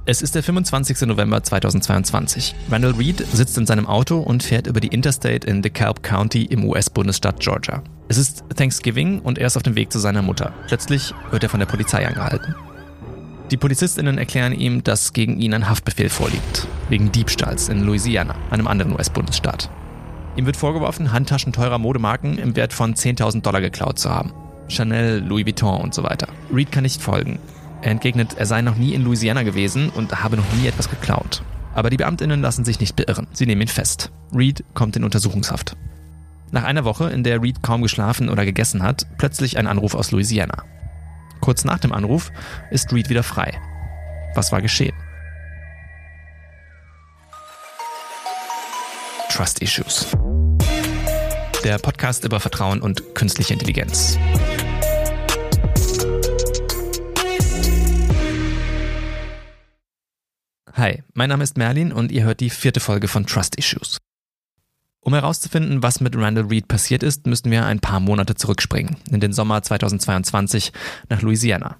Es ist der 25. November 2022. Randall Reed sitzt in seinem Auto und fährt über die Interstate in DeKalb County im US-Bundesstaat Georgia. Es ist Thanksgiving und er ist auf dem Weg zu seiner Mutter. Plötzlich wird er von der Polizei angehalten. Die PolizistInnen erklären ihm, dass gegen ihn ein Haftbefehl vorliegt, wegen Diebstahls in Louisiana, einem anderen US-Bundesstaat. Ihm wird vorgeworfen, Handtaschen teurer Modemarken im Wert von $10.000 geklaut zu haben. Chanel, Louis Vuitton und so weiter. Reed kann nicht folgen. Er entgegnet, er sei noch nie in Louisiana gewesen und habe noch nie etwas geklaut. Aber die BeamtInnen lassen sich nicht beirren. Sie nehmen ihn fest. Reed kommt in Untersuchungshaft. Nach einer Woche, in der Reed kaum geschlafen oder gegessen hat, plötzlich ein Anruf aus Louisiana. Kurz nach dem Anruf ist Reed wieder frei. Was war geschehen? Trust Issues. Der Podcast über Vertrauen und künstliche Intelligenz. Hi, mein Name ist Merlin und ihr hört die 4. Folge von Trust Issues. Um herauszufinden, was mit Randall Reed passiert ist, müssten wir ein paar Monate zurückspringen, in den Sommer 2022 nach Louisiana.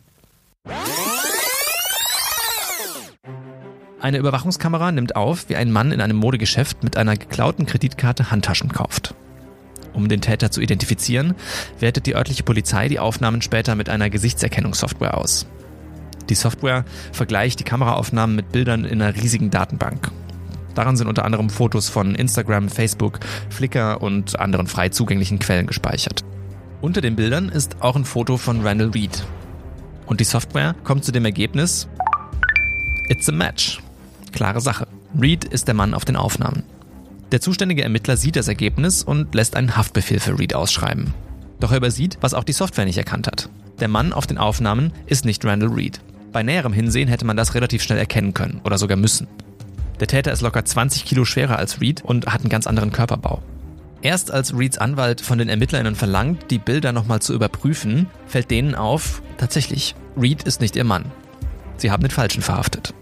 Eine Überwachungskamera nimmt auf, wie ein Mann in einem Modegeschäft mit einer geklauten Kreditkarte Handtaschen kauft. Um den Täter zu identifizieren, wertet die örtliche Polizei die Aufnahmen später mit einer Gesichtserkennungssoftware aus. Die Software vergleicht die Kameraaufnahmen mit Bildern in einer riesigen Datenbank. Daran sind unter anderem Fotos von Instagram, Facebook, Flickr und anderen frei zugänglichen Quellen gespeichert. Unter den Bildern ist auch ein Foto von Randall Reed. Und die Software kommt zu dem Ergebnis: It's a match. Klare Sache. Reed ist der Mann auf den Aufnahmen. Der zuständige Ermittler sieht das Ergebnis und lässt einen Haftbefehl für Reed ausschreiben. Doch er übersieht, was auch die Software nicht erkannt hat. Der Mann auf den Aufnahmen ist nicht Randall Reed. Bei näherem Hinsehen hätte man das relativ schnell erkennen können oder sogar müssen. Der Täter ist locker 20 Kilo schwerer als Reed und hat einen ganz anderen Körperbau. Erst als Reeds Anwalt von den ErmittlerInnen verlangt, die Bilder nochmal zu überprüfen, fällt denen auf, tatsächlich, Reed ist nicht ihr Mann. Sie haben den Falschen verhaftet.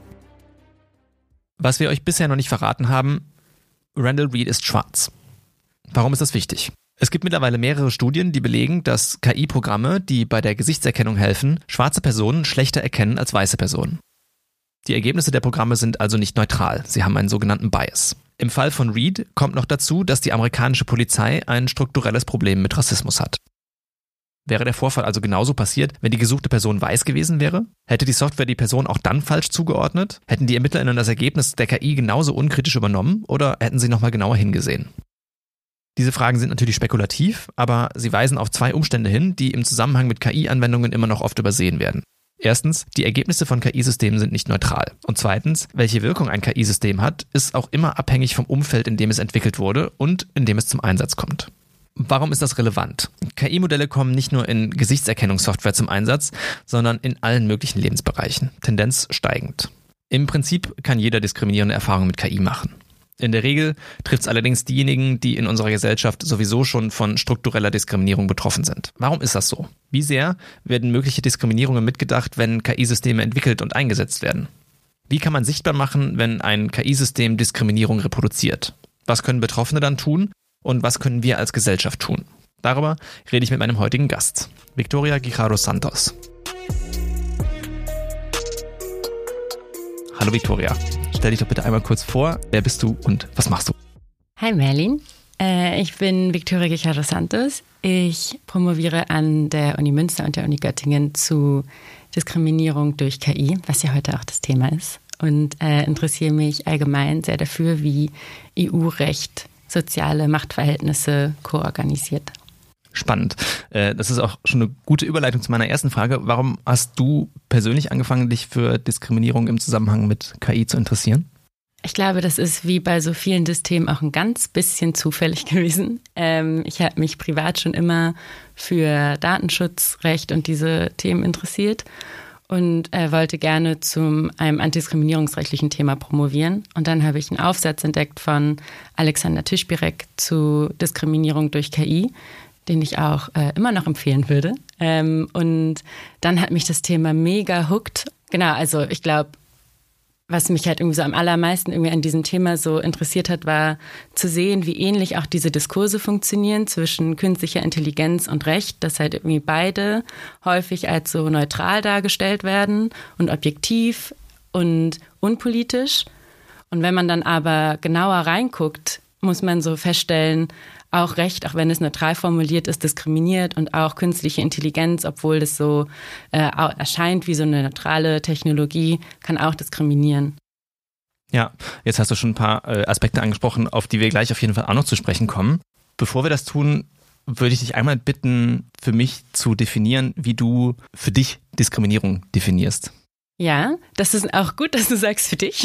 Was wir euch bisher noch nicht verraten haben: Randall Reed ist schwarz. Warum ist das wichtig? Es gibt mittlerweile mehrere Studien, die belegen, dass KI-Programme, die bei der Gesichtserkennung helfen, schwarze Personen schlechter erkennen als weiße Personen. Die Ergebnisse der Programme sind also nicht neutral, sie haben einen sogenannten Bias. Im Fall von Reed kommt noch dazu, dass die amerikanische Polizei ein strukturelles Problem mit Rassismus hat. Wäre der Vorfall also genauso passiert, wenn die gesuchte Person weiß gewesen wäre? Hätte die Software die Person auch dann falsch zugeordnet? Hätten die ErmittlerInnen das Ergebnis der KI genauso unkritisch übernommen oder hätten sie nochmal genauer hingesehen? Diese Fragen sind natürlich spekulativ, aber sie weisen auf 2 Umstände hin, die im Zusammenhang mit KI-Anwendungen immer noch oft übersehen werden. Erstens, die Ergebnisse von KI-Systemen sind nicht neutral. Und zweitens, welche Wirkung ein KI-System hat, ist auch immer abhängig vom Umfeld, in dem es entwickelt wurde und in dem es zum Einsatz kommt. Warum ist das relevant? KI-Modelle kommen nicht nur in Gesichtserkennungssoftware zum Einsatz, sondern in allen möglichen Lebensbereichen, Tendenz steigend. Im Prinzip kann jeder diskriminierende Erfahrungen mit KI machen. In der Regel trifft es allerdings diejenigen, die in unserer Gesellschaft sowieso schon von struktureller Diskriminierung betroffen sind. Warum ist das so? Wie sehr werden mögliche Diskriminierungen mitgedacht, wenn KI-Systeme entwickelt und eingesetzt werden? Wie kann man sichtbar machen, wenn ein KI-System Diskriminierung reproduziert? Was können Betroffene dann tun und was können wir als Gesellschaft tun? Darüber rede ich mit meinem heutigen Gast, Victoria Guijarro-Santos. Hallo Victoria. Stell dich doch bitte einmal kurz vor, wer bist du und was machst du? Hi Merlin, ich bin Victoria Guijarro-Santos. Ich promoviere an der Uni Münster und der Uni Göttingen zu Diskriminierung durch KI, was ja heute auch das Thema ist. Und interessiere mich allgemein sehr dafür, wie EU-Recht soziale Machtverhältnisse koorganisiert. Spannend. Das ist auch schon eine gute Überleitung zu meiner ersten Frage. Warum hast du persönlich angefangen, dich für Diskriminierung im Zusammenhang mit KI zu interessieren? Ich glaube, das ist wie bei so vielen Systemen auch ein ganz bisschen zufällig gewesen. Ich habe mich privat schon immer für Datenschutzrecht und diese Themen interessiert und wollte gerne zu einem antidiskriminierungsrechtlichen Thema promovieren. Und dann habe ich einen Aufsatz entdeckt von Alexander Tischbirek zu Diskriminierung durch KI, den ich auch immer noch empfehlen würde. Und dann hat mich das Thema mega hooked. Genau, also ich glaube, was mich halt irgendwie so am allermeisten irgendwie an diesem Thema so interessiert hat, war zu sehen, wie ähnlich auch diese Diskurse funktionieren zwischen künstlicher Intelligenz und Recht, dass halt irgendwie beide häufig als so neutral dargestellt werden und objektiv und unpolitisch. Und wenn man dann aber genauer reinguckt, muss man so feststellen, auch Recht, auch wenn es neutral formuliert ist, diskriminiert und auch künstliche Intelligenz, obwohl das so erscheint wie so eine neutrale Technologie, kann auch diskriminieren. Ja, jetzt hast du schon ein paar Aspekte angesprochen, auf die wir gleich auf jeden Fall auch noch zu sprechen kommen. Bevor wir das tun, würde ich dich einmal bitten, für mich zu definieren, wie du für dich Diskriminierung definierst. Ja, das ist auch gut, dass du sagst für dich,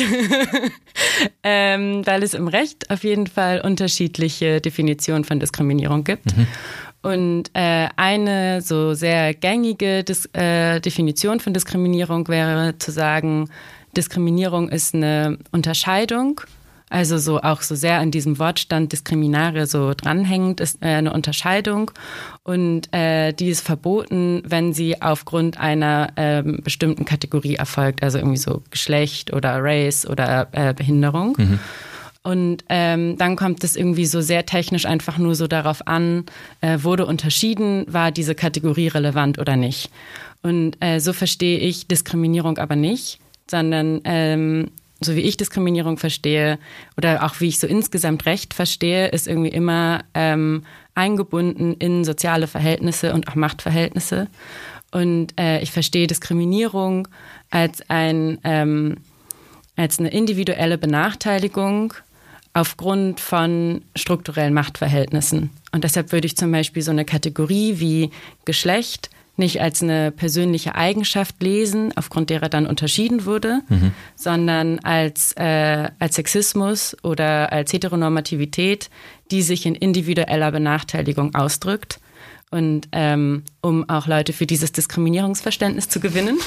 weil es im Recht auf jeden Fall unterschiedliche Definitionen von Diskriminierung gibt. Und eine so sehr gängige Definition von Diskriminierung wäre zu sagen, Diskriminierung ist eine Unterscheidung, also so auch so sehr an diesem Wortstand Diskriminare so dranhängend, ist eine Unterscheidung und die ist verboten, wenn sie aufgrund einer bestimmten Kategorie erfolgt, also irgendwie so Geschlecht oder Race oder Behinderung. Und dann kommt es irgendwie so sehr technisch einfach nur so darauf an, wurde unterschieden, war diese Kategorie relevant oder nicht. Und so verstehe ich Diskriminierung aber nicht, sondern so wie ich Diskriminierung verstehe oder auch wie ich so insgesamt Recht verstehe, ist irgendwie immer eingebunden in soziale Verhältnisse und auch Machtverhältnisse. Und ich verstehe Diskriminierung als eine individuelle Benachteiligung aufgrund von strukturellen Machtverhältnissen. Und deshalb würde ich zum Beispiel so eine Kategorie wie Geschlecht nicht als eine persönliche Eigenschaft lesen, aufgrund derer dann unterschieden wurde, sondern als Sexismus oder als Heteronormativität, die sich in individueller Benachteiligung ausdrückt. Und um auch Leute für dieses Diskriminierungsverständnis zu gewinnen,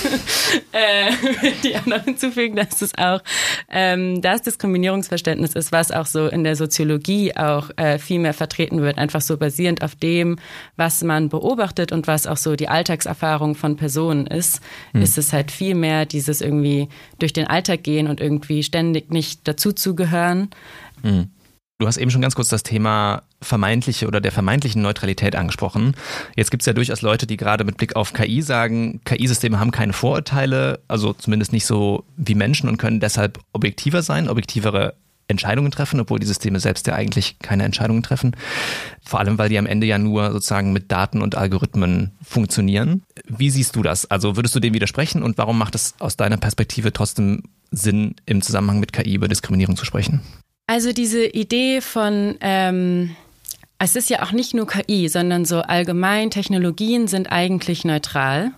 die auch noch hinzufügen, dass es auch das Diskriminierungsverständnis ist, was auch so in der Soziologie auch viel mehr vertreten wird, einfach so basierend auf dem, was man beobachtet und was auch so die Alltagserfahrung von Personen ist, ist es halt viel mehr dieses irgendwie durch den Alltag gehen und irgendwie ständig nicht dazuzugehören. Du hast eben schon ganz kurz das Thema vermeintliche oder der vermeintlichen Neutralität angesprochen. Jetzt gibt es ja durchaus Leute, die gerade mit Blick auf KI sagen, KI-Systeme haben keine Vorurteile, also zumindest nicht so wie Menschen und können deshalb objektiver sein, objektivere Entscheidungen treffen, obwohl die Systeme selbst ja eigentlich keine Entscheidungen treffen. Vor allem, weil die am Ende ja nur sozusagen mit Daten und Algorithmen funktionieren. Wie siehst du das? Also würdest du dem widersprechen und warum macht es aus deiner Perspektive trotzdem Sinn, im Zusammenhang mit KI über Diskriminierung zu sprechen? Also diese Idee von, es ist ja auch nicht nur KI, sondern so allgemein Technologien sind eigentlich neutral.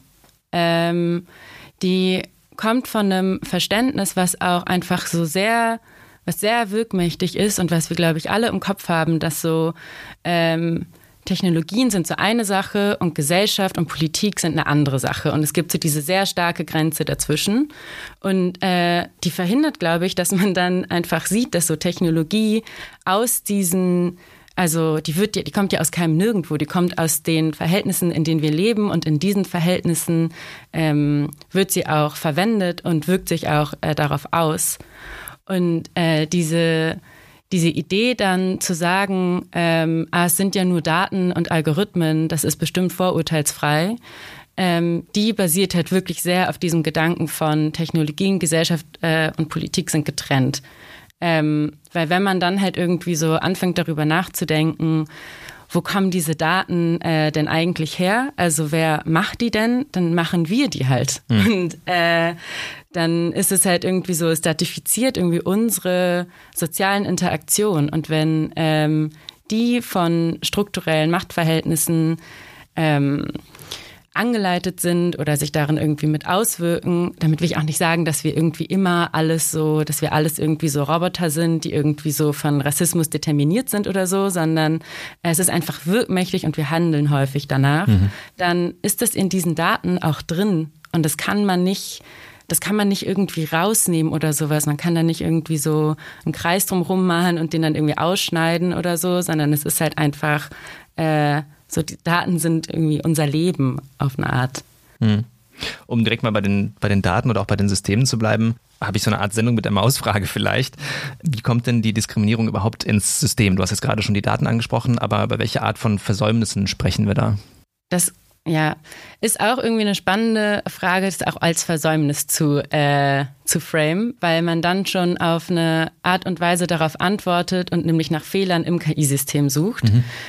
Die kommt von einem Verständnis, was auch einfach so sehr wirkmächtig ist und was wir, glaube ich, alle im Kopf haben, dass so Technologien sind so eine Sache und Gesellschaft und Politik sind eine andere Sache. Und es gibt so diese sehr starke Grenze dazwischen. Und die verhindert, glaube ich, dass man dann einfach sieht, dass so Technologie aus diesen, also die kommt ja aus keinem Nirgendwo, die kommt aus den Verhältnissen, in denen wir leben. Und in diesen Verhältnissen wird sie auch verwendet und wirkt sich auch darauf aus. Und diese Idee dann zu sagen, es sind ja nur Daten und Algorithmen, das ist bestimmt vorurteilsfrei, die basiert halt wirklich sehr auf diesem Gedanken von Technologien, Gesellschaft und Politik sind getrennt. Weil wenn man dann halt irgendwie so anfängt darüber nachzudenken, wo kommen diese Daten denn eigentlich her? Also wer macht die denn? Dann machen wir die halt. Und dann ist es halt irgendwie so, es datifiziert irgendwie unsere sozialen Interaktionen. Und wenn die von strukturellen Machtverhältnissen angeleitet sind oder sich darin irgendwie mit auswirken, damit will ich auch nicht sagen, dass wir irgendwie immer alles so, dass wir alles irgendwie so Roboter sind, die irgendwie so von Rassismus determiniert sind oder so, sondern es ist einfach wirkmächtig und wir handeln häufig danach, dann ist das in diesen Daten auch drin und das kann man nicht irgendwie rausnehmen oder sowas. Man kann da nicht irgendwie so einen Kreis drumherum machen und den dann irgendwie ausschneiden oder so, sondern es ist halt einfach so, die Daten sind irgendwie unser Leben auf eine Art. Um direkt mal bei den Daten oder auch bei den Systemen zu bleiben, habe ich so eine Art Sendung mit der Mausfrage vielleicht. Wie kommt denn die Diskriminierung überhaupt ins System? Du hast jetzt gerade schon die Daten angesprochen, aber über welche Art von Versäumnissen sprechen wir da? Ja, ist auch irgendwie eine spannende Frage, das auch als Versäumnis zu framen, weil man dann schon auf eine Art und Weise darauf antwortet und nämlich nach Fehlern im KI-System sucht.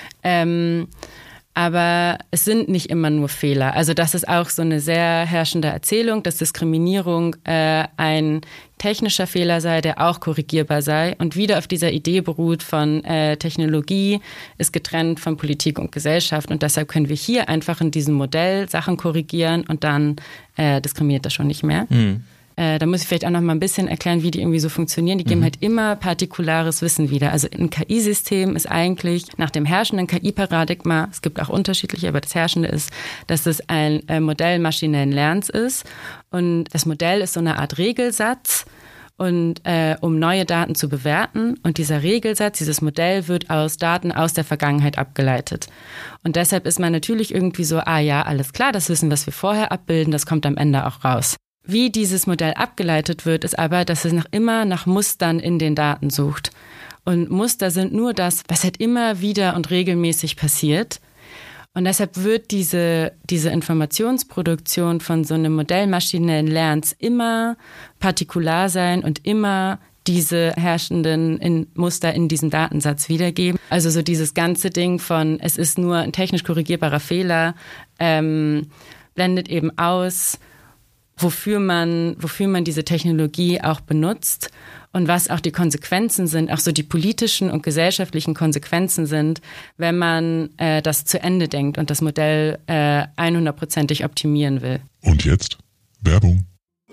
Aber es sind nicht immer nur Fehler. Also das ist auch so eine sehr herrschende Erzählung, dass Diskriminierung ein technischer Fehler sei, der auch korrigierbar sei und wieder auf dieser Idee beruht von Technologie ist getrennt von Politik und Gesellschaft und deshalb können wir hier einfach in diesem Modell Sachen korrigieren und dann diskriminiert das schon nicht mehr. Da muss ich vielleicht auch noch mal ein bisschen erklären, wie die irgendwie so funktionieren. Die geben halt immer partikulares Wissen wieder. Also ein KI-System ist eigentlich nach dem herrschenden KI-Paradigma, es gibt auch unterschiedliche, aber das herrschende ist, dass es ein Modell maschinellen Lernens ist. Und das Modell ist so eine Art Regelsatz, und um neue Daten zu bewerten. Und dieser Regelsatz, dieses Modell wird aus Daten aus der Vergangenheit abgeleitet. Und deshalb ist man natürlich irgendwie so, ja, alles klar, das Wissen, was wir vorher abbilden, das kommt am Ende auch raus. Wie dieses Modell abgeleitet wird, ist aber, dass es immer nach Mustern in den Daten sucht. Und Muster sind nur das, was halt immer wieder und regelmäßig passiert. Und deshalb wird diese Informationsproduktion von so einem Modell maschinellen Lernens immer partikular sein und immer diese herrschenden Muster in diesem Datensatz wiedergeben. Also so dieses ganze Ding von, es ist nur ein technisch korrigierbarer Fehler, blendet eben aus, wofür man diese Technologie auch benutzt und was auch die Konsequenzen sind, auch so die politischen und gesellschaftlichen Konsequenzen sind, wenn man das zu Ende denkt und das Modell 100%ig optimieren will. Und jetzt Werbung.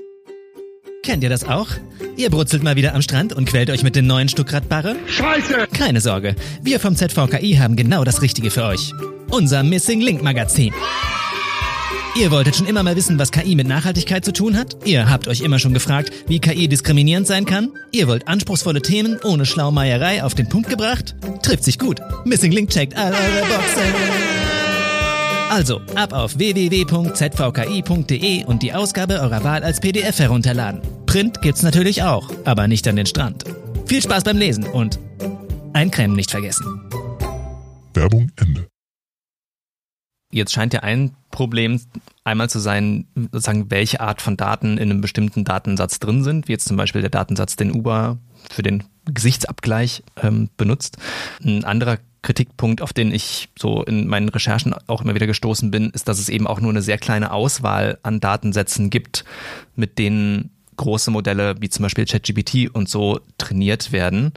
Kennt ihr das auch? Ihr brutzelt mal wieder am Strand und quält euch mit den neuen Stuckrad-Barre? Scheiße! Keine Sorge, wir vom ZVKI haben genau das Richtige für euch. Unser Missing Link Magazin. Ihr wolltet schon immer mal wissen, was KI mit Nachhaltigkeit zu tun hat? Ihr habt euch immer schon gefragt, wie KI diskriminierend sein kann? Ihr wollt anspruchsvolle Themen ohne Schlaumeierei auf den Punkt gebracht? Trifft sich gut. Missing Link checkt all eure Boxen. Also, ab auf www.zvki.de und die Ausgabe eurer Wahl als PDF herunterladen. Print gibt's natürlich auch, aber nicht an den Strand. Viel Spaß beim Lesen und eincremen nicht vergessen. Werbung Ende. Jetzt scheint ja ein Problem einmal zu sein, sozusagen, welche Art von Daten in einem bestimmten Datensatz drin sind, wie jetzt zum Beispiel der Datensatz, den Uber für den Gesichtsabgleich benutzt. Ein anderer Kritikpunkt, auf den ich so in meinen Recherchen auch immer wieder gestoßen bin, ist, dass es eben auch nur eine sehr kleine Auswahl an Datensätzen gibt, mit denen große Modelle wie zum Beispiel ChatGPT und so trainiert werden.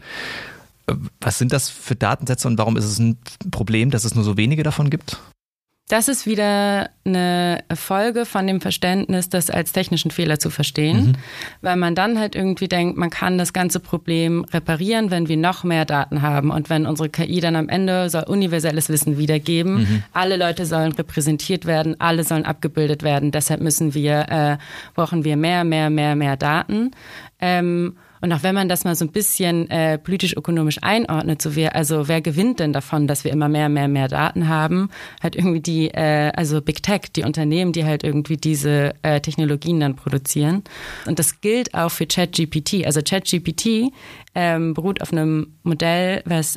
Was sind das für Datensätze und warum ist es ein Problem, dass es nur so wenige davon gibt? Das ist wieder eine Folge von dem Verständnis, das als technischen Fehler zu verstehen, weil man dann halt irgendwie denkt, man kann das ganze Problem reparieren, wenn wir noch mehr Daten haben und wenn unsere KI dann am Ende soll universelles Wissen wiedergeben. Alle Leute sollen repräsentiert werden, alle sollen abgebildet werden, deshalb brauchen wir mehr Daten. Und auch wenn man das mal so ein bisschen politisch-ökonomisch einordnet, wer gewinnt denn davon, dass wir immer mehr Daten haben? Halt irgendwie also Big Tech, die Unternehmen, die halt irgendwie diese Technologien dann produzieren. Und das gilt auch für ChatGPT. Also ChatGPT beruht auf einem Modell, was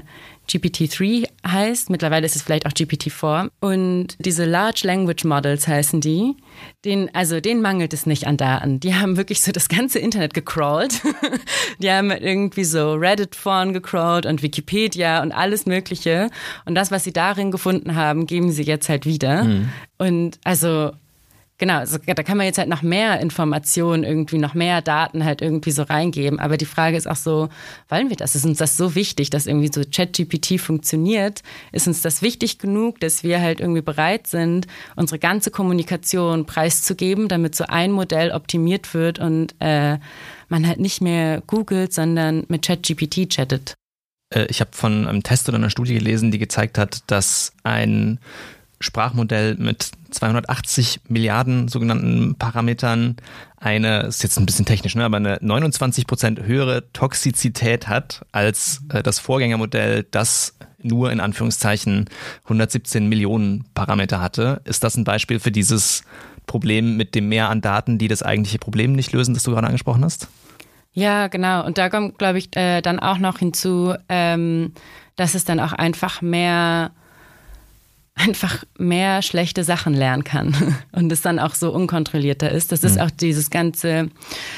GPT-3 heißt. Mittlerweile ist es vielleicht auch GPT-4. Und diese Large Language Models heißen die. Denen mangelt es nicht an Daten. Die haben wirklich so das ganze Internet gecrawlt. Die haben irgendwie so Reddit-Foren gecrawlt und Wikipedia und alles Mögliche. Und das, was sie darin gefunden haben, geben sie jetzt halt wieder. Und also genau, da kann man jetzt halt noch mehr Informationen irgendwie, noch mehr Daten halt irgendwie so reingeben. Aber die Frage ist auch so, wollen wir das? Ist uns das so wichtig, dass irgendwie so ChatGPT funktioniert? Ist uns das wichtig genug, dass wir halt irgendwie bereit sind, unsere ganze Kommunikation preiszugeben, damit so ein Modell optimiert wird und man halt nicht mehr googelt, sondern mit ChatGPT chattet? Ich habe von einem Test oder einer Studie gelesen, die gezeigt hat, dass ein Sprachmodell mit 280 Milliarden sogenannten Parametern ist jetzt ein bisschen technisch, aber eine 29% höhere Toxizität hat als das Vorgängermodell, das nur in Anführungszeichen 117 Millionen Parameter hatte. Ist das ein Beispiel für dieses Problem mit dem Mehr an Daten, die das eigentliche Problem nicht lösen, das du gerade angesprochen hast? Ja, genau. Und da kommt, glaube ich, dann auch noch hinzu, dass es dann auch einfach mehr einfach mehr schlechte Sachen lernen kann und es dann auch so unkontrollierter ist. Das ist auch dieses ganze,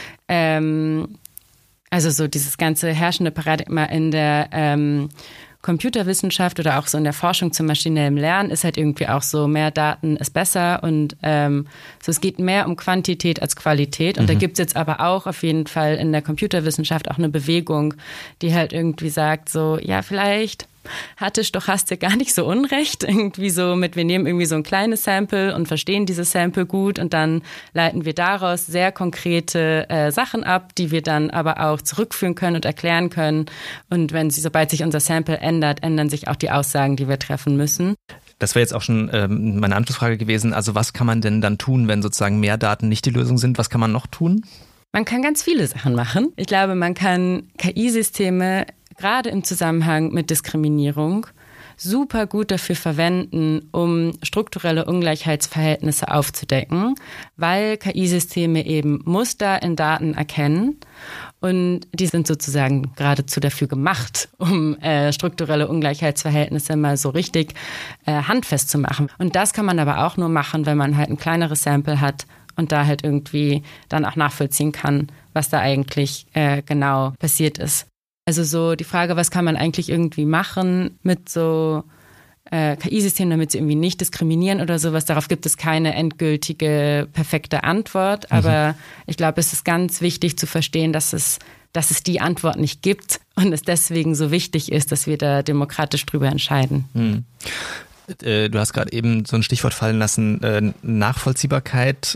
also so dieses ganze herrschende Paradigma in der Computerwissenschaft oder auch so in der Forschung zum maschinellen Lernen ist halt irgendwie auch so, mehr Daten ist besser und so es geht mehr um Quantität als Qualität. Und da gibt's jetzt aber auch auf jeden Fall in der Computerwissenschaft auch eine Bewegung, die halt irgendwie sagt so, ja, vielleicht hatte Stochastik gar nicht so unrecht. Irgendwie so wir nehmen irgendwie so ein kleines Sample und verstehen dieses Sample gut und dann leiten wir daraus sehr konkrete Sachen ab, die wir dann aber auch zurückführen können und erklären können. Und sobald sich unser Sample ändert, ändern sich auch die Aussagen, die wir treffen müssen. Das wäre jetzt auch schon meine Anschlussfrage gewesen. Also was kann man denn dann tun, wenn sozusagen mehr Daten nicht die Lösung sind? Was kann man noch tun? Man kann ganz viele Sachen machen. Ich glaube, man kann KI-Systeme gerade im Zusammenhang mit Diskriminierung super gut dafür verwenden, um strukturelle Ungleichheitsverhältnisse aufzudecken, weil KI-Systeme eben Muster in Daten erkennen und die sind sozusagen geradezu dafür gemacht, um strukturelle Ungleichheitsverhältnisse mal so richtig handfest zu machen. Und das kann man aber auch nur machen, wenn man halt ein kleineres Sample hat und da halt irgendwie dann auch nachvollziehen kann, was da eigentlich genau passiert ist. Also so die Frage, was kann man eigentlich irgendwie machen mit so KI-Systemen, damit sie irgendwie nicht diskriminieren oder sowas. Darauf gibt es keine endgültige, perfekte Antwort. Aber ich glaube, es ist ganz wichtig zu verstehen, dass es die Antwort nicht gibt und es deswegen so wichtig ist, dass wir da demokratisch drüber entscheiden. Du hast gerade eben so ein Stichwort fallen lassen, Nachvollziehbarkeit.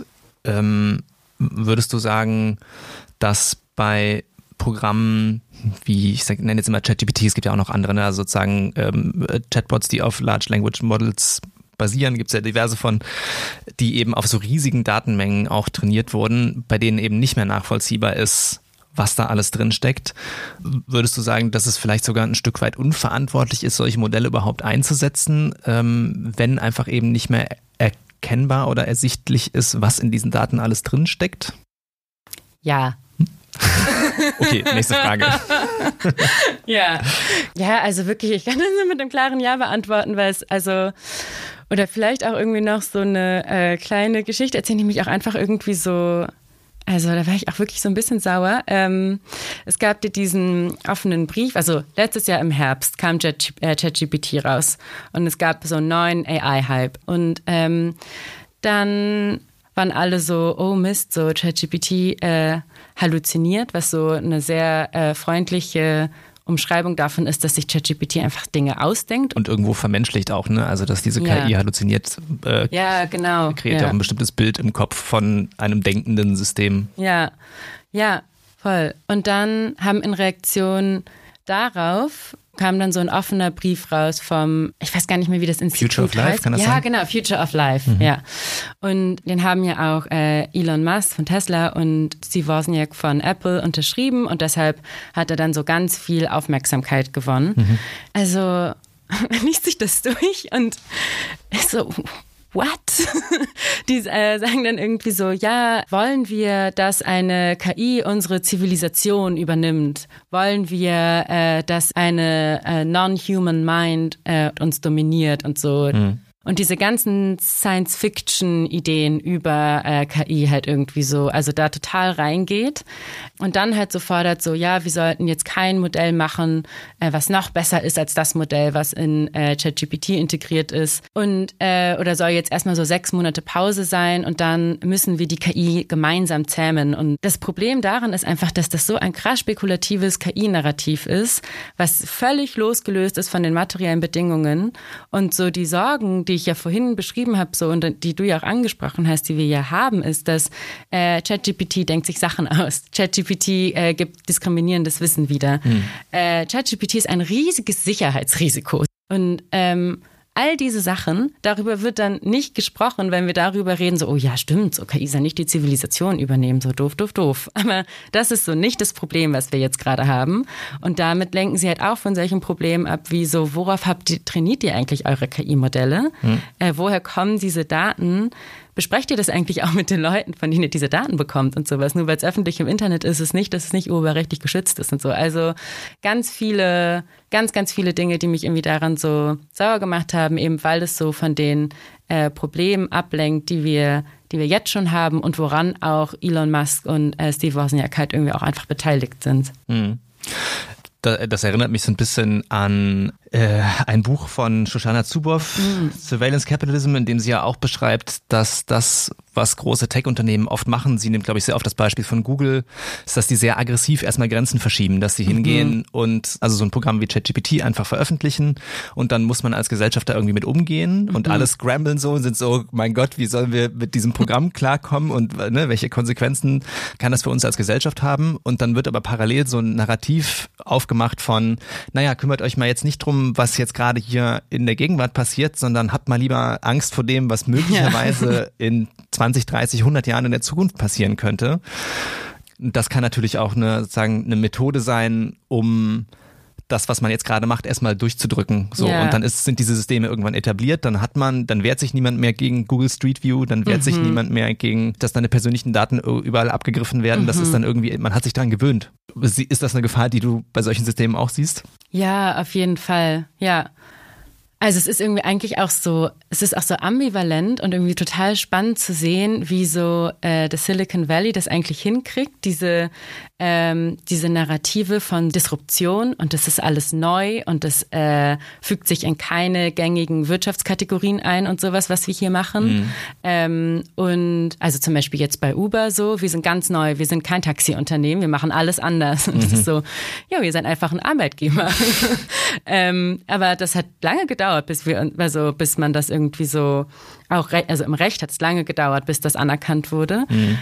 Würdest du sagen, dass bei Programmen wie, nenne jetzt immer ChatGPT, es gibt ja auch noch andere, also sozusagen Chatbots, die auf Large Language Models basieren, gibt es ja diverse von, die eben auf so riesigen Datenmengen auch trainiert wurden, bei denen eben nicht mehr nachvollziehbar ist, was da alles drin steckt. Würdest du sagen, dass es vielleicht sogar ein Stück weit unverantwortlich ist, solche Modelle überhaupt einzusetzen, wenn einfach eben nicht mehr erkennbar oder ersichtlich ist, was in diesen Daten alles drin steckt? Ja. Okay, nächste Frage. Ja, also wirklich, ich kann das nur mit einem klaren Ja beantworten, weil es oder vielleicht auch irgendwie noch so eine kleine Geschichte erzählen, die mich auch einfach irgendwie so, also da war ich auch wirklich so ein bisschen sauer. Es gab diesen offenen Brief, also letztes Jahr im Herbst kam ChatGPT raus und es gab so einen neuen AI-Hype und dann waren alle so, oh Mist, so ChatGPT halluziniert, was so eine sehr freundliche Umschreibung davon ist, dass sich ChatGPT einfach Dinge ausdenkt. Und irgendwo vermenschlicht auch, ne? Also, dass diese KI halluziniert, ja, genau. Kreiert ja auch ein bestimmtes Bild im Kopf von einem denkenden System. Ja, voll. Und dann haben in Reaktion darauf kam dann so ein offener Brief raus vom, ich weiß gar nicht mehr, wie das Institut Future of Life, heißt. Kann das sein? Ja, genau, Future of Life, ja. Und den haben ja auch Elon Musk von Tesla und Steve Wozniak von Apple unterschrieben und deshalb hat er dann so ganz viel Aufmerksamkeit gewonnen. Also liest sich das durch und so, what? Die sagen dann irgendwie so, ja, wollen wir, dass eine KI unsere Zivilisation übernimmt? Wollen wir, dass eine non-human mind uns dominiert und so? Und diese ganzen Science-Fiction-Ideen über KI halt irgendwie so, also da total reingeht und dann halt so fordert so, ja, wir sollten jetzt kein Modell machen, was noch besser ist als das Modell, was in ChatGPT integriert ist und oder soll jetzt erstmal so 6 Monate Pause sein und dann müssen wir die KI gemeinsam zähmen. Und das Problem daran ist einfach, dass das so ein krass spekulatives KI-Narrativ ist, was völlig losgelöst ist von den materiellen Bedingungen und so die Sorgen, die ich ja vorhin beschrieben habe, so und die du ja auch angesprochen hast, die wir ja haben, ist, dass ChatGPT denkt sich Sachen aus. ChatGPT gibt diskriminierendes Wissen wieder. ChatGPT ist ein riesiges Sicherheitsrisiko. Und all diese Sachen, darüber wird dann nicht gesprochen, wenn wir darüber reden, so, oh ja, stimmt, so KI soll nicht die Zivilisation übernehmen, so doof. Aber das ist so nicht das Problem, was wir jetzt gerade haben. Und damit lenken sie halt auch von solchen Problemen ab, wie so, worauf trainiert ihr eigentlich eure KI-Modelle? Woher kommen diese Daten? besprecht ihr das eigentlich auch mit den Leuten, von denen ihr diese Daten bekommt und sowas? Nur weil es öffentlich im Internet ist, ist es nicht, dass es nicht urheberrechtlich geschützt ist und so. Also ganz viele Dinge, die mich irgendwie daran so sauer gemacht haben, eben weil es so von den Problemen ablenkt, die wir jetzt schon haben und woran auch Elon Musk und Steve Wozniak halt irgendwie auch einfach beteiligt sind. Das erinnert mich so ein bisschen an ein Buch von Shoshana Zuboff, Surveillance Capitalism, in dem sie ja auch beschreibt, dass das, was große Tech-Unternehmen oft machen, sie nimmt, glaube ich, sehr oft das Beispiel von Google, ist, dass die sehr aggressiv erstmal Grenzen verschieben, dass sie hingehen und also so ein Programm wie ChatGPT einfach veröffentlichen und dann muss man als Gesellschaft da irgendwie mit umgehen und alle scramblen so und sind so, mein Gott, wie sollen wir mit diesem Programm klarkommen und welche Konsequenzen kann das für uns als Gesellschaft haben? Und dann wird aber parallel so ein Narrativ aufgemacht von, naja, kümmert euch mal jetzt nicht drum, was jetzt gerade hier in der Gegenwart passiert, sondern habt mal lieber Angst vor dem, was möglicherweise in 20, 30, 100 Jahren in der Zukunft passieren könnte. Das kann natürlich auch eine Methode sein, um das, was man jetzt gerade macht, erstmal durchzudrücken. So. Und dann sind diese Systeme irgendwann etabliert, dann wehrt sich niemand mehr gegen Google Street View, dann wehrt sich niemand mehr gegen, dass deine persönlichen Daten überall abgegriffen werden. Das ist dann irgendwie, man hat sich daran gewöhnt. Ist das eine Gefahr, die du bei solchen Systemen auch siehst? Ja, auf jeden Fall, ja. Also es ist irgendwie eigentlich auch so, es ist auch so ambivalent und irgendwie total spannend zu sehen, wie so das Silicon Valley das eigentlich hinkriegt, diese Narrative von Disruption und das ist alles neu und das fügt sich in keine gängigen Wirtschaftskategorien ein und sowas, was wir hier machen. Und also zum Beispiel jetzt bei Uber so, wir sind ganz neu, wir sind kein Taxiunternehmen, wir machen alles anders. Und das ist so, ja, wir sind einfach ein Arbeitgeber. Aber das hat lange gedauert, bis man das irgendwie so auch, also im Recht hat es lange gedauert, bis das anerkannt wurde.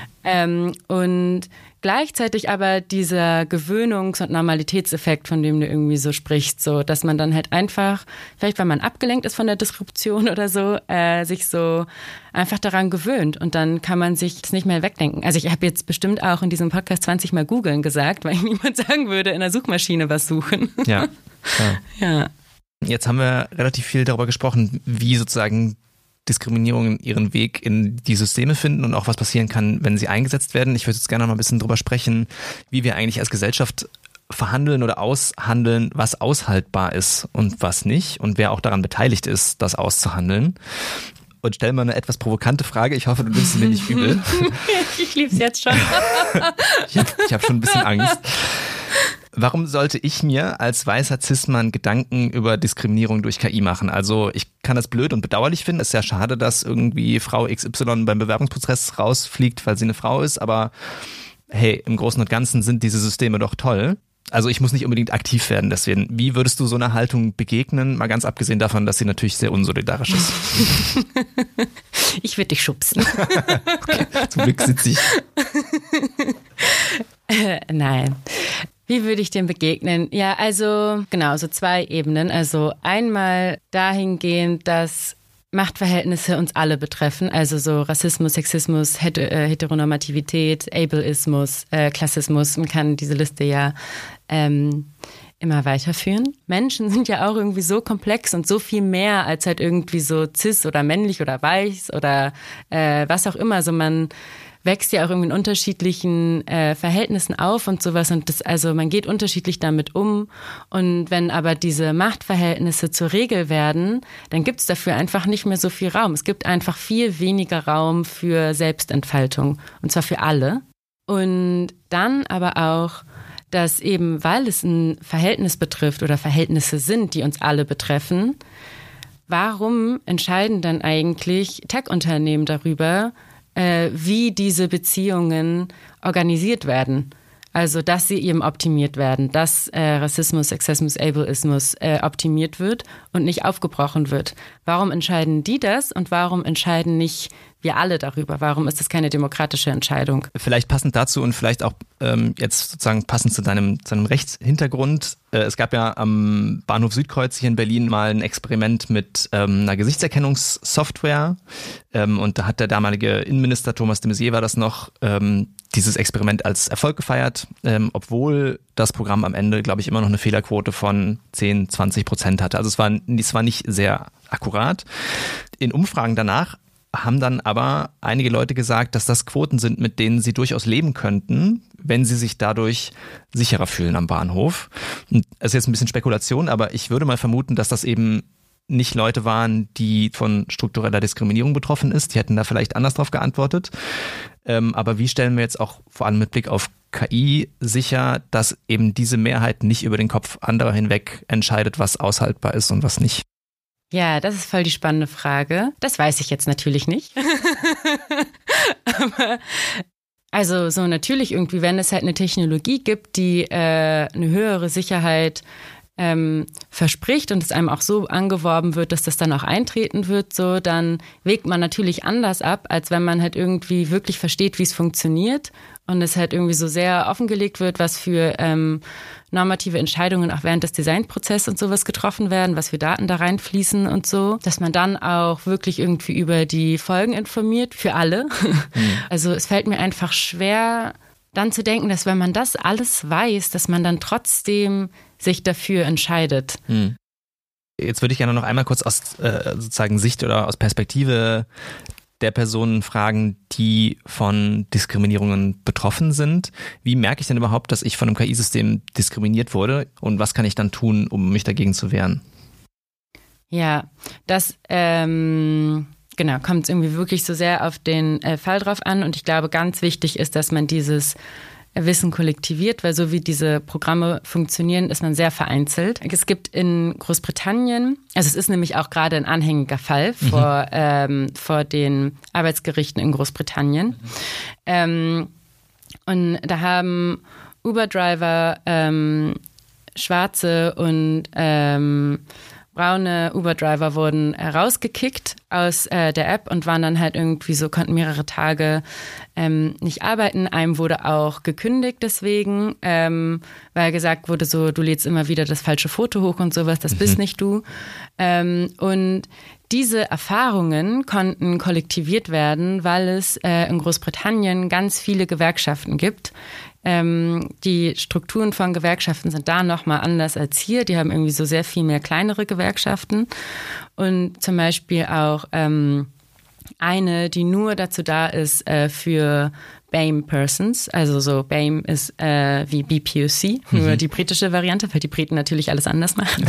Und gleichzeitig aber dieser Gewöhnungs- und Normalitätseffekt, von dem du irgendwie so sprichst, so, dass man dann halt einfach, vielleicht weil man abgelenkt ist von der Disruption oder so, sich so einfach daran gewöhnt und dann kann man sich das nicht mehr wegdenken. Also ich habe jetzt bestimmt auch in diesem Podcast 20 Mal googeln gesagt, weil niemand sagen würde, in der Suchmaschine was suchen. Ja. Ja. Jetzt haben wir relativ viel darüber gesprochen, wie sozusagen Diskriminierungen ihren Weg in die Systeme finden und auch was passieren kann, wenn sie eingesetzt werden. Ich würde jetzt gerne noch mal ein bisschen drüber sprechen, wie wir eigentlich als Gesellschaft verhandeln oder aushandeln, was aushaltbar ist und was nicht und wer auch daran beteiligt ist, das auszuhandeln. Und stell mal eine etwas provokante Frage. Ich hoffe, du nimmst sie mir nicht übel. Ich lieb's jetzt schon. Ich hab schon ein bisschen Angst. Warum sollte ich mir als weißer Cis-Mann Gedanken über Diskriminierung durch KI machen? Also ich kann das blöd und bedauerlich finden. Es ist ja schade, dass irgendwie Frau XY beim Bewerbungsprozess rausfliegt, weil sie eine Frau ist. Aber hey, im Großen und Ganzen sind diese Systeme doch toll. Also ich muss nicht unbedingt aktiv werden. Deswegen, wie würdest du so einer Haltung begegnen? Mal ganz abgesehen davon, dass sie natürlich sehr unsolidarisch ist. Ich würde dich schubsen. Okay, zum Glück sitze ich. Nein. Wie würde ich dem begegnen? Ja, also genau, so zwei Ebenen. Also einmal dahingehend, dass Machtverhältnisse uns alle betreffen, also so Rassismus, Sexismus, Heteronormativität, Ableismus, Klassismus. Man kann diese Liste ja immer weiterführen. Menschen sind ja auch irgendwie so komplex und so viel mehr als halt irgendwie so cis oder männlich oder weiß oder was auch immer. Also man wächst ja auch irgendwie in unterschiedlichen Verhältnissen auf und sowas und das, also man geht unterschiedlich damit um und wenn aber diese Machtverhältnisse zur Regel werden, dann gibt es dafür einfach nicht mehr so viel Raum. Es gibt einfach viel weniger Raum für Selbstentfaltung und zwar für alle. Und dann aber auch, dass eben, weil es ein Verhältnis betrifft oder Verhältnisse sind, die uns alle betreffen, warum entscheiden dann eigentlich Tech-Unternehmen darüber, wie diese Beziehungen organisiert werden. Also, dass sie eben optimiert werden, dass Rassismus, Sexismus, Ableismus optimiert wird und nicht aufgebrochen wird. Warum entscheiden die das und warum entscheiden nicht wir alle darüber? Warum ist das keine demokratische Entscheidung? Vielleicht passend dazu und vielleicht auch jetzt sozusagen passend zu deinem Rechtshintergrund. Es gab ja am Bahnhof Südkreuz hier in Berlin mal ein Experiment mit einer Gesichtserkennungssoftware und da hat der damalige Innenminister Thomas de Maizière war das noch dieses Experiment als Erfolg gefeiert, obwohl das Programm am Ende, glaube ich, immer noch eine Fehlerquote von 10-20% hatte. Also es war nicht sehr akkurat. In Umfragen danach haben dann aber einige Leute gesagt, dass das Quoten sind, mit denen sie durchaus leben könnten, wenn sie sich dadurch sicherer fühlen am Bahnhof. Und das ist jetzt ein bisschen Spekulation, aber ich würde mal vermuten, dass das eben nicht Leute waren, die von struktureller Diskriminierung betroffen ist. Die hätten da vielleicht anders drauf geantwortet. Aber wie stellen wir jetzt auch vor allem mit Blick auf KI sicher, dass eben diese Mehrheit nicht über den Kopf anderer hinweg entscheidet, was aushaltbar ist und was nicht? Ja, das ist voll die spannende Frage. Das weiß ich jetzt natürlich nicht. Aber also so natürlich irgendwie, wenn es halt eine Technologie gibt, die eine höhere Sicherheit verspricht und es einem auch so angeworben wird, dass das dann auch eintreten wird, so, dann wägt man natürlich anders ab, als wenn man halt irgendwie wirklich versteht, wie es funktioniert und es halt irgendwie so sehr offengelegt wird, was für normative Entscheidungen auch während des Designprozesses und sowas getroffen werden, was für Daten da reinfließen und so, dass man dann auch wirklich irgendwie über die Folgen informiert, für alle. Also es fällt mir einfach schwer, dann zu denken, dass wenn man das alles weiß, dass man dann trotzdem sich dafür entscheidet. Jetzt würde ich gerne noch einmal kurz aus sozusagen Sicht oder aus Perspektive der Personen fragen, die von Diskriminierungen betroffen sind. Wie merke ich denn überhaupt, dass ich von einem KI-System diskriminiert wurde und was kann ich dann tun, um mich dagegen zu wehren? Ja, das genau, kommt es irgendwie wirklich so sehr auf den Fall drauf an und ich glaube, ganz wichtig ist, dass man dieses Wissen kollektiviert, weil so wie diese Programme funktionieren, ist man sehr vereinzelt. Es gibt in Großbritannien, also es ist nämlich auch gerade ein anhängiger Fall vor den Arbeitsgerichten in Großbritannien. Und da haben Uber-Driver schwarze und braune Uber-Driver wurden rausgekickt aus der App und waren dann halt irgendwie so, konnten mehrere Tage nicht arbeiten. Einem wurde auch gekündigt deswegen, weil gesagt wurde so, du lädst immer wieder das falsche Foto hoch und sowas, das bist nicht du. Und diese Erfahrungen konnten kollektiviert werden, weil es in Großbritannien ganz viele Gewerkschaften gibt. Die Strukturen von Gewerkschaften sind da nochmal anders als hier. Die haben irgendwie so sehr viel mehr kleinere Gewerkschaften und zum Beispiel auch eine, die nur dazu da ist für BAME Persons, also so BAME ist wie BPOC, nur die britische Variante, weil die Briten natürlich alles anders machen.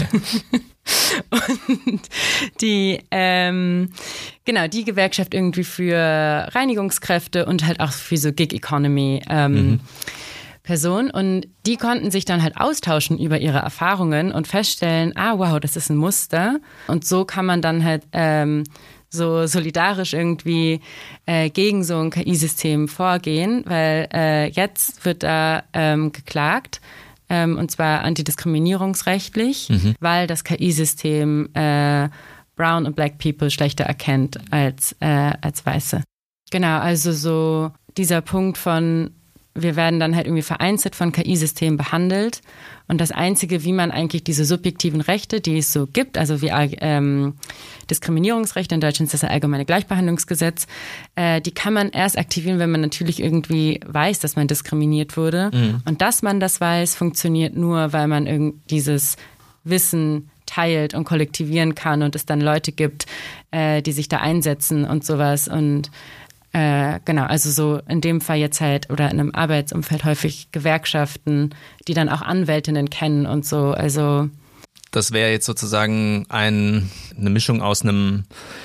Und die, genau, die Gewerkschaft irgendwie für Reinigungskräfte und halt auch für so Gig Economy Personen und die konnten sich dann halt austauschen über ihre Erfahrungen und feststellen, wow, das ist ein Muster und so kann man dann halt so solidarisch irgendwie gegen so ein KI-System vorgehen, weil jetzt wird da geklagt, und zwar antidiskriminierungsrechtlich, weil das KI-System Brown und Black People schlechter erkennt als Weiße. Genau, also so dieser Punkt von wir werden dann halt irgendwie vereinzelt von KI-Systemen behandelt und das Einzige, wie man eigentlich diese subjektiven Rechte, die es so gibt, also wie Diskriminierungsrechte, in Deutschland ist das Allgemeine Gleichbehandlungsgesetz, die kann man erst aktivieren, wenn man natürlich irgendwie weiß, dass man diskriminiert wurde. Und dass man das weiß, funktioniert nur, weil man dieses Wissen teilt und kollektivieren kann und es dann Leute gibt, die sich da einsetzen und sowas und genau, also so in dem Fall jetzt halt oder in einem Arbeitsumfeld häufig Gewerkschaften, die dann auch Anwältinnen kennen und so, also. Das wäre jetzt sozusagen eine Mischung aus einem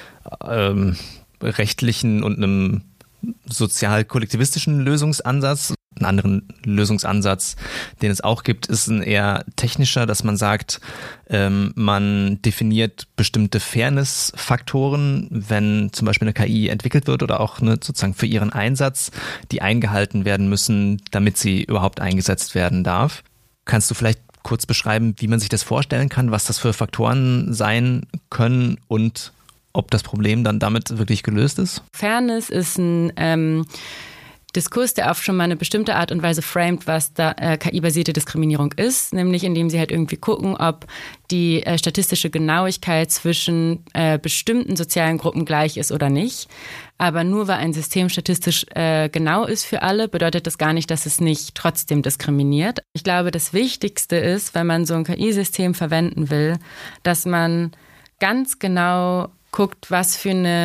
rechtlichen und einem sozial-kollektivistischen Lösungsansatz. Einen anderen Lösungsansatz, den es auch gibt, ist ein eher technischer, dass man sagt, man definiert bestimmte Fairness-Faktoren, wenn zum Beispiel eine KI entwickelt wird oder auch sozusagen für ihren Einsatz, die eingehalten werden müssen, damit sie überhaupt eingesetzt werden darf. Kannst du vielleicht kurz beschreiben, wie man sich das vorstellen kann, was das für Faktoren sein können und ob das Problem dann damit wirklich gelöst ist? Fairness ist ein Diskurs, der auf schon mal eine bestimmte Art und Weise framet, was da KI-basierte Diskriminierung ist, nämlich indem sie halt irgendwie gucken, ob die statistische Genauigkeit zwischen bestimmten sozialen Gruppen gleich ist oder nicht. Aber nur weil ein System statistisch genau ist für alle, bedeutet das gar nicht, dass es nicht trotzdem diskriminiert. Ich glaube, das Wichtigste ist, wenn man so ein KI-System verwenden will, dass man ganz genau guckt, was für eine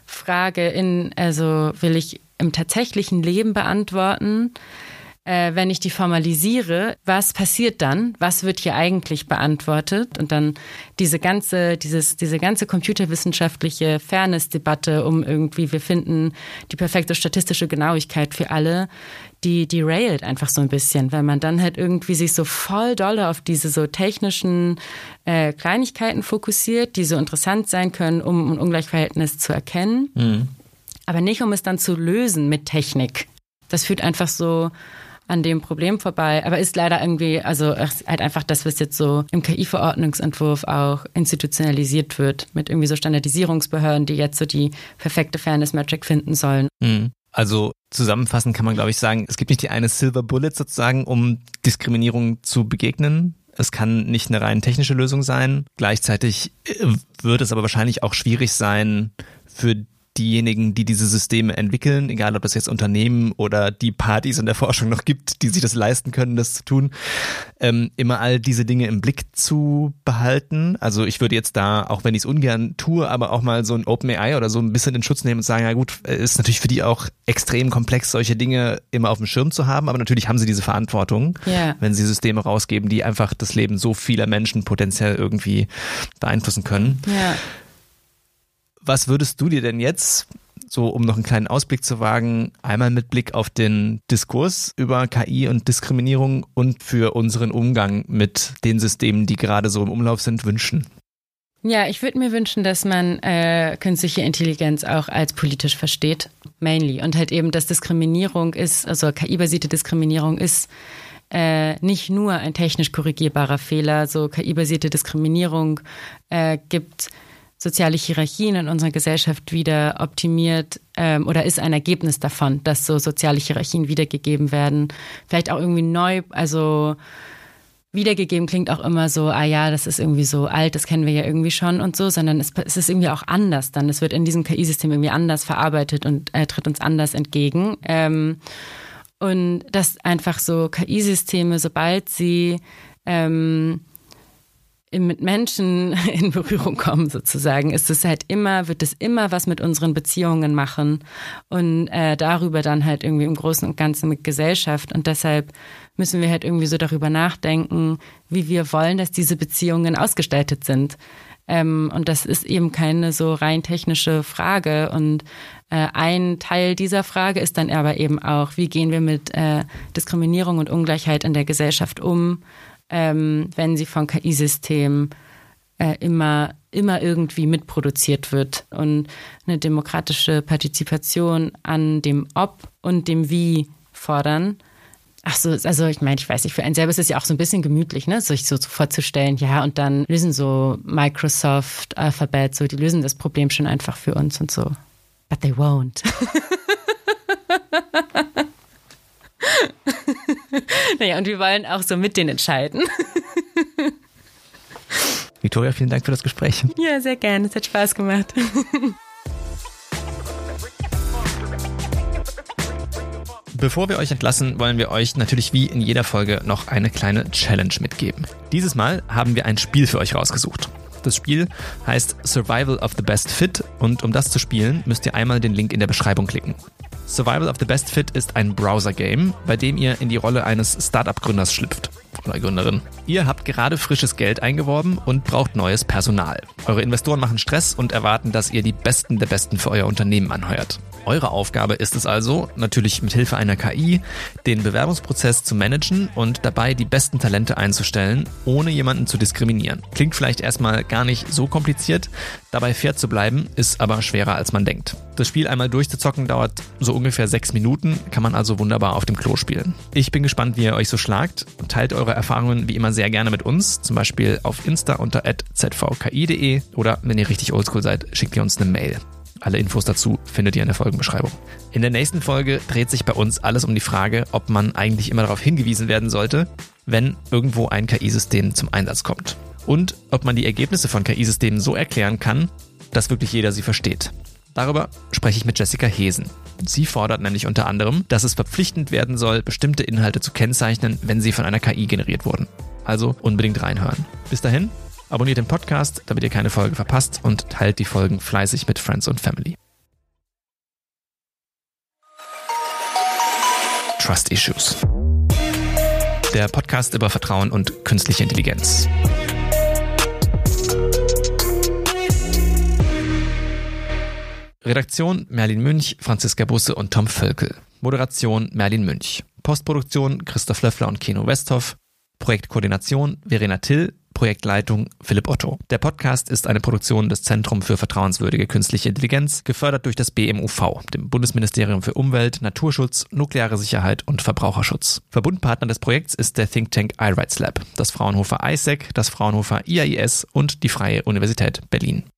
Frage will ich im tatsächlichen Leben beantworten, wenn ich die formalisiere, was passiert dann? Was wird hier eigentlich beantwortet? Und dann diese ganze computerwissenschaftliche Fairness-Debatte um irgendwie, wir finden die perfekte statistische Genauigkeit für alle, die derailt einfach so ein bisschen, weil man dann halt irgendwie sich so voll dolle auf diese so technischen Kleinigkeiten fokussiert, die so interessant sein können, um ein Ungleichverhältnis zu erkennen, aber nicht, um es dann zu lösen mit Technik. Das führt einfach so an dem Problem vorbei, aber ist leider irgendwie, also halt einfach das, was jetzt so im KI-Verordnungsentwurf auch institutionalisiert wird, mit irgendwie so Standardisierungsbehörden, die jetzt so die perfekte Fairness-Metric finden sollen. Also zusammenfassend kann man, glaube ich, sagen, es gibt nicht die eine Silver Bullet sozusagen, um Diskriminierung zu begegnen. Es kann nicht eine rein technische Lösung sein. Gleichzeitig wird es aber wahrscheinlich auch schwierig sein für diejenigen, die diese Systeme entwickeln, egal ob das jetzt Unternehmen oder die Partys in der Forschung noch gibt, die sich das leisten können, das zu tun, immer all diese Dinge im Blick zu behalten. Also ich würde jetzt da, auch wenn ich es ungern tue, aber auch mal so ein OpenAI oder so ein bisschen in Schutz nehmen und sagen, ja gut, ist natürlich für die auch extrem komplex, solche Dinge immer auf dem Schirm zu haben, aber natürlich haben sie diese Verantwortung, wenn sie Systeme rausgeben, die einfach das Leben so vieler Menschen potenziell irgendwie beeinflussen können. Ja. Was würdest du dir denn jetzt, so um noch einen kleinen Ausblick zu wagen, einmal mit Blick auf den Diskurs über KI und Diskriminierung und für unseren Umgang mit den Systemen, die gerade so im Umlauf sind, wünschen? Ja, ich würde mir wünschen, dass man künstliche Intelligenz auch als politisch versteht, mainly. Und halt eben, dass Diskriminierung ist, also KI-basierte Diskriminierung ist nicht nur ein technisch korrigierbarer Fehler. So KI-basierte Diskriminierung gibt soziale Hierarchien in unserer Gesellschaft wieder optimiert oder ist ein Ergebnis davon, dass so soziale Hierarchien wiedergegeben werden. Vielleicht auch irgendwie neu, also wiedergegeben klingt auch immer so, das ist irgendwie so alt, das kennen wir ja irgendwie schon und so, sondern es ist irgendwie auch anders dann. Es wird in diesem KI-System irgendwie anders verarbeitet und tritt uns anders entgegen. Und dass einfach so KI-Systeme, sobald sie mit Menschen in Berührung kommen sozusagen, wird es immer was mit unseren Beziehungen machen und darüber dann halt irgendwie im Großen und Ganzen mit Gesellschaft, und deshalb müssen wir halt irgendwie so darüber nachdenken, wie wir wollen, dass diese Beziehungen ausgestaltet sind. Und das ist eben keine so rein technische Frage, und ein Teil dieser Frage ist dann aber eben auch, wie gehen wir mit Diskriminierung und Ungleichheit in der Gesellschaft um, wenn sie von KI-Systemen immer irgendwie mitproduziert wird, und eine demokratische Partizipation an dem Ob und dem Wie fordern. Ach so, also ich meine, ich weiß nicht, für einen selber ist es ja auch so ein bisschen gemütlich, ne, sich so vorzustellen, ja, und dann lösen so Microsoft, Alphabet, so, die lösen das Problem schon einfach für uns und so. But they won't. Naja, und wir wollen auch so mit denen entscheiden. Victoria, vielen Dank für das Gespräch. Ja, sehr gerne. Es hat Spaß gemacht. Bevor wir euch entlassen, wollen wir euch natürlich wie in jeder Folge noch eine kleine Challenge mitgeben. Dieses Mal haben wir ein Spiel für euch rausgesucht. Das Spiel heißt Survival of the Best Fit, und um das zu spielen, müsst ihr einmal den Link in der Beschreibung klicken. Survival of the Best Fit ist ein Browser-Game, bei dem ihr in die Rolle eines Startup-Gründers schlüpft. Oder Gründerin. Ihr habt gerade frisches Geld eingeworben und braucht neues Personal. Eure Investoren machen Stress und erwarten, dass ihr die Besten der Besten für euer Unternehmen anheuert. Eure Aufgabe ist es also, natürlich mit Hilfe einer KI, den Bewerbungsprozess zu managen und dabei die besten Talente einzustellen, ohne jemanden zu diskriminieren. Klingt vielleicht erstmal gar nicht so kompliziert, dabei fair zu bleiben, ist aber schwerer als man denkt. Das Spiel einmal durchzuzocken dauert so ungefähr 6 Minuten, kann man also wunderbar auf dem Klo spielen. Ich bin gespannt, wie ihr euch so schlagt. Teilt eure Erfahrungen wie immer sehr gerne mit uns, zum Beispiel auf Insta unter @zvki.de, oder wenn ihr richtig oldschool seid, schickt ihr uns eine Mail. Alle Infos dazu findet ihr in der Folgenbeschreibung. In der nächsten Folge dreht sich bei uns alles um die Frage, ob man eigentlich immer darauf hingewiesen werden sollte, wenn irgendwo ein KI-System zum Einsatz kommt. Und ob man die Ergebnisse von KI-Systemen so erklären kann, dass wirklich jeder sie versteht. Darüber spreche ich mit Jessica Hesen. Sie fordert nämlich unter anderem, dass es verpflichtend werden soll, bestimmte Inhalte zu kennzeichnen, wenn sie von einer KI generiert wurden. Also unbedingt reinhören. Bis dahin, abonniert den Podcast, damit ihr keine Folge verpasst, und teilt die Folgen fleißig mit Friends und Family. Trust Issues. Der Podcast über Vertrauen und künstliche Intelligenz. Redaktion Merlin Münch, Franziska Busse und Tom Völkel. Moderation Merlin Münch. Postproduktion Christoph Löffler und Keno Westhoff. Projektkoordination Verena Till. Projektleitung Philipp Otto. Der Podcast ist eine Produktion des Zentrum für vertrauenswürdige künstliche Intelligenz, gefördert durch das BMUV, dem Bundesministerium für Umwelt, Naturschutz, nukleare Sicherheit und Verbraucherschutz. Verbundpartner des Projekts ist der Think Tank iRights Lab, das Fraunhofer ISEC, das Fraunhofer IAIS und die Freie Universität Berlin.